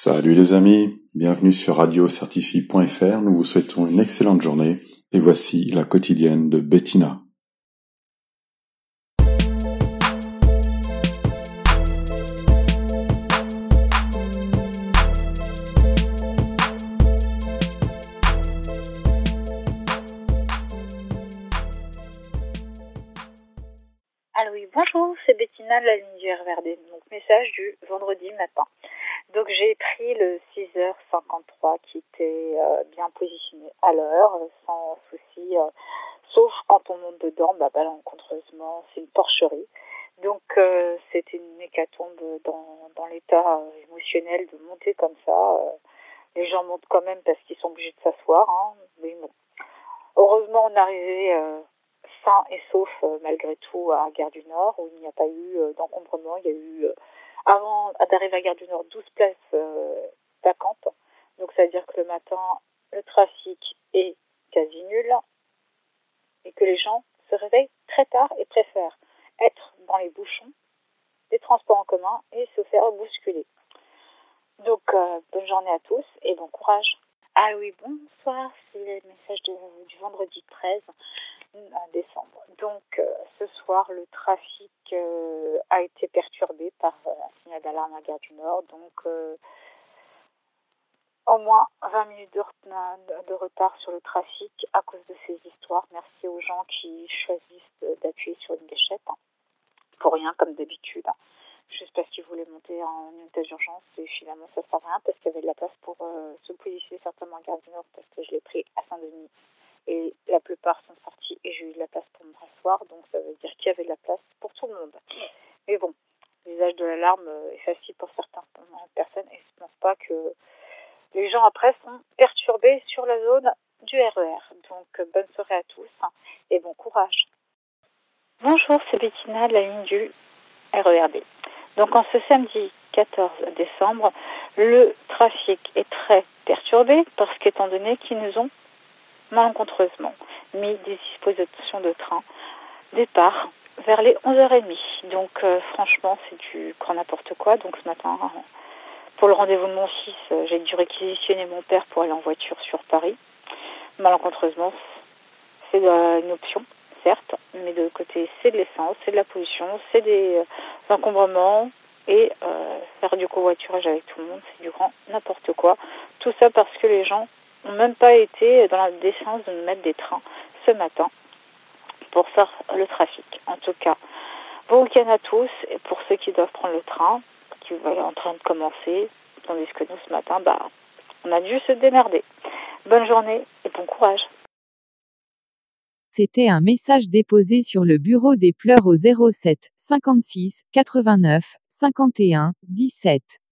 Salut les amis, bienvenue sur radiocertifie.fr, nous vous souhaitons une excellente journée et voici la quotidienne de Bettina. Alors oui, bonjour, c'est Bettina de la ligne du RVRD, donc message du vendredi matin. Donc j'ai pris le 6h53 qui était bien positionné à l'heure, sans souci, sauf quand on monte dedans, malencontreusement c'est une porcherie. Donc c'était une hécatombe dans l'état émotionnel de monter comme ça. Les gens montent quand même parce qu'ils sont obligés de s'asseoir, hein, mais bon. Heureusement on est arrivé sain et sauf malgré tout à Gare du Nord où il n'y a pas eu d'encombrement. Il y a eu avant d'arriver à Gare du Nord 12 places vacantes, donc ça veut dire que le matin le trafic est quasi nul et que les gens se réveillent très tard et préfèrent être dans les bouchons des transports en commun et se faire bousculer. Donc bonne journée à tous et bon courage. Ah oui, bonsoir, c'est le message du vendredi 13 décembre. Donc ce soir, le trafic a été perturbé par un signal d'alarme à Gare du Nord. Donc au moins 20 minutes de retard sur le trafic à cause de ces histoires. Merci aux gens qui choisissent d'appuyer sur une gâchette, pour rien comme d'habitude. Juste parce qu'ils voulaient monter en unité d'urgence et finalement ça sert à rien parce qu'il y avait de la place pour se positionner certainement à Gare du Nord parce que je l'ai pris à Saint-Denis et la plupart sont sortis et j'ai eu de la place pour me rasseoir, donc ça veut dire qu'il y avait de la place pour tout le monde. Mais bon, l'usage de l'alarme est facile pour certaines personnes et je ne pense pas que les gens après sont perturbés sur la zone du RER. Donc bonne soirée à tous et bon courage. Bonjour, c'est Bettina de la ligne du RERD. Donc en ce samedi 14 décembre, le trafic est très perturbé parce qu'étant donné qu'ils nous ont malencontreusement mis des dispositions de train départ vers les 11h30. Donc franchement, c'est du grand n'importe quoi. Donc ce matin, pour le rendez-vous de mon fils, j'ai dû réquisitionner mon père pour aller en voiture sur Paris. Malencontreusement, c'est une option, certes, mais de l'autre côté, c'est de l'essence, c'est de la pollution, c'est des encombrements et faire du covoiturage avec tout le monde, c'est du grand n'importe quoi. Tout ça parce que les gens n'ont même pas été dans la décence de nous mettre des trains ce matin pour faire le trafic. En tout cas, bon week-end à tous et pour ceux qui doivent prendre le train, qui va en train de commencer, tandis que nous ce matin, on a dû se démerder. Bonne journée et bon courage. C'était un message déposé sur le bureau des pleurs au 07 56 89 51 17.